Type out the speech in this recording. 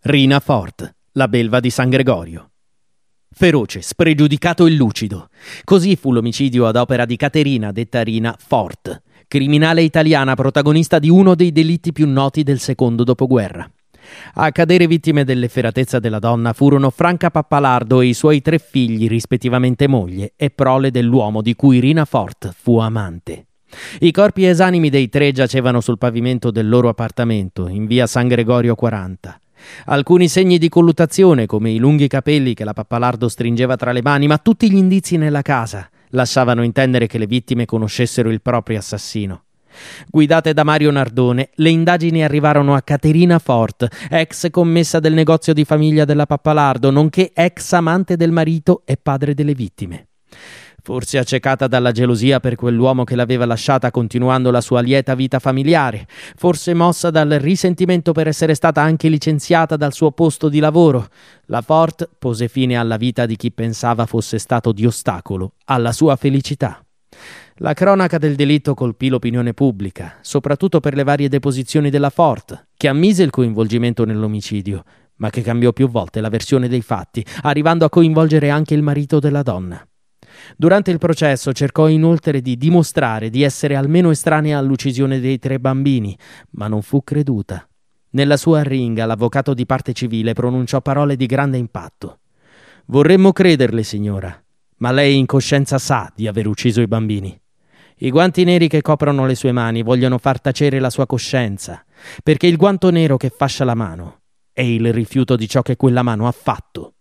Rina Fort, la belva di San Gregorio. Feroce, spregiudicato e lucido. Così fu l'omicidio ad opera di Caterina, detta Rina Fort, criminale italiana protagonista di uno dei delitti più noti del secondo dopoguerra. A cadere vittime dell'efferatezza della donna furono Franca Pappalardo e i suoi 3 figli, rispettivamente moglie e prole dell'uomo di cui Rina Fort fu amante. I corpi esanimi dei 3 giacevano sul pavimento del loro appartamento, in via San Gregorio 40. Alcuni segni di colluttazione, come i lunghi capelli che la Pappalardo stringeva tra le mani, ma tutti gli indizi nella casa lasciavano intendere che le vittime conoscessero il proprio assassino. Guidate da Mario Nardone, le indagini arrivarono a Caterina Fort, ex commessa del negozio di famiglia della Pappalardo, nonché ex amante del marito e padre delle vittime. Forse accecata dalla gelosia per quell'uomo che l'aveva lasciata continuando la sua lieta vita familiare, forse mossa dal risentimento per essere stata anche licenziata dal suo posto di lavoro, la Fort pose fine alla vita di chi pensava fosse stato di ostacolo alla sua felicità. La cronaca del delitto colpì l'opinione pubblica, soprattutto per le varie deposizioni della Fort, che ammise il coinvolgimento nell'omicidio, ma che cambiò più volte la versione dei fatti, arrivando a coinvolgere anche il marito della donna. Durante il processo cercò inoltre di dimostrare di essere almeno estranea all'uccisione dei 3 bambini, ma non fu creduta. Nella sua arringa l'avvocato di parte civile pronunciò parole di grande impatto. «Vorremmo crederle, signora, ma lei in coscienza sa di aver ucciso i bambini. I guanti neri che coprono le sue mani vogliono far tacere la sua coscienza, perché il guanto nero che fascia la mano è il rifiuto di ciò che quella mano ha fatto».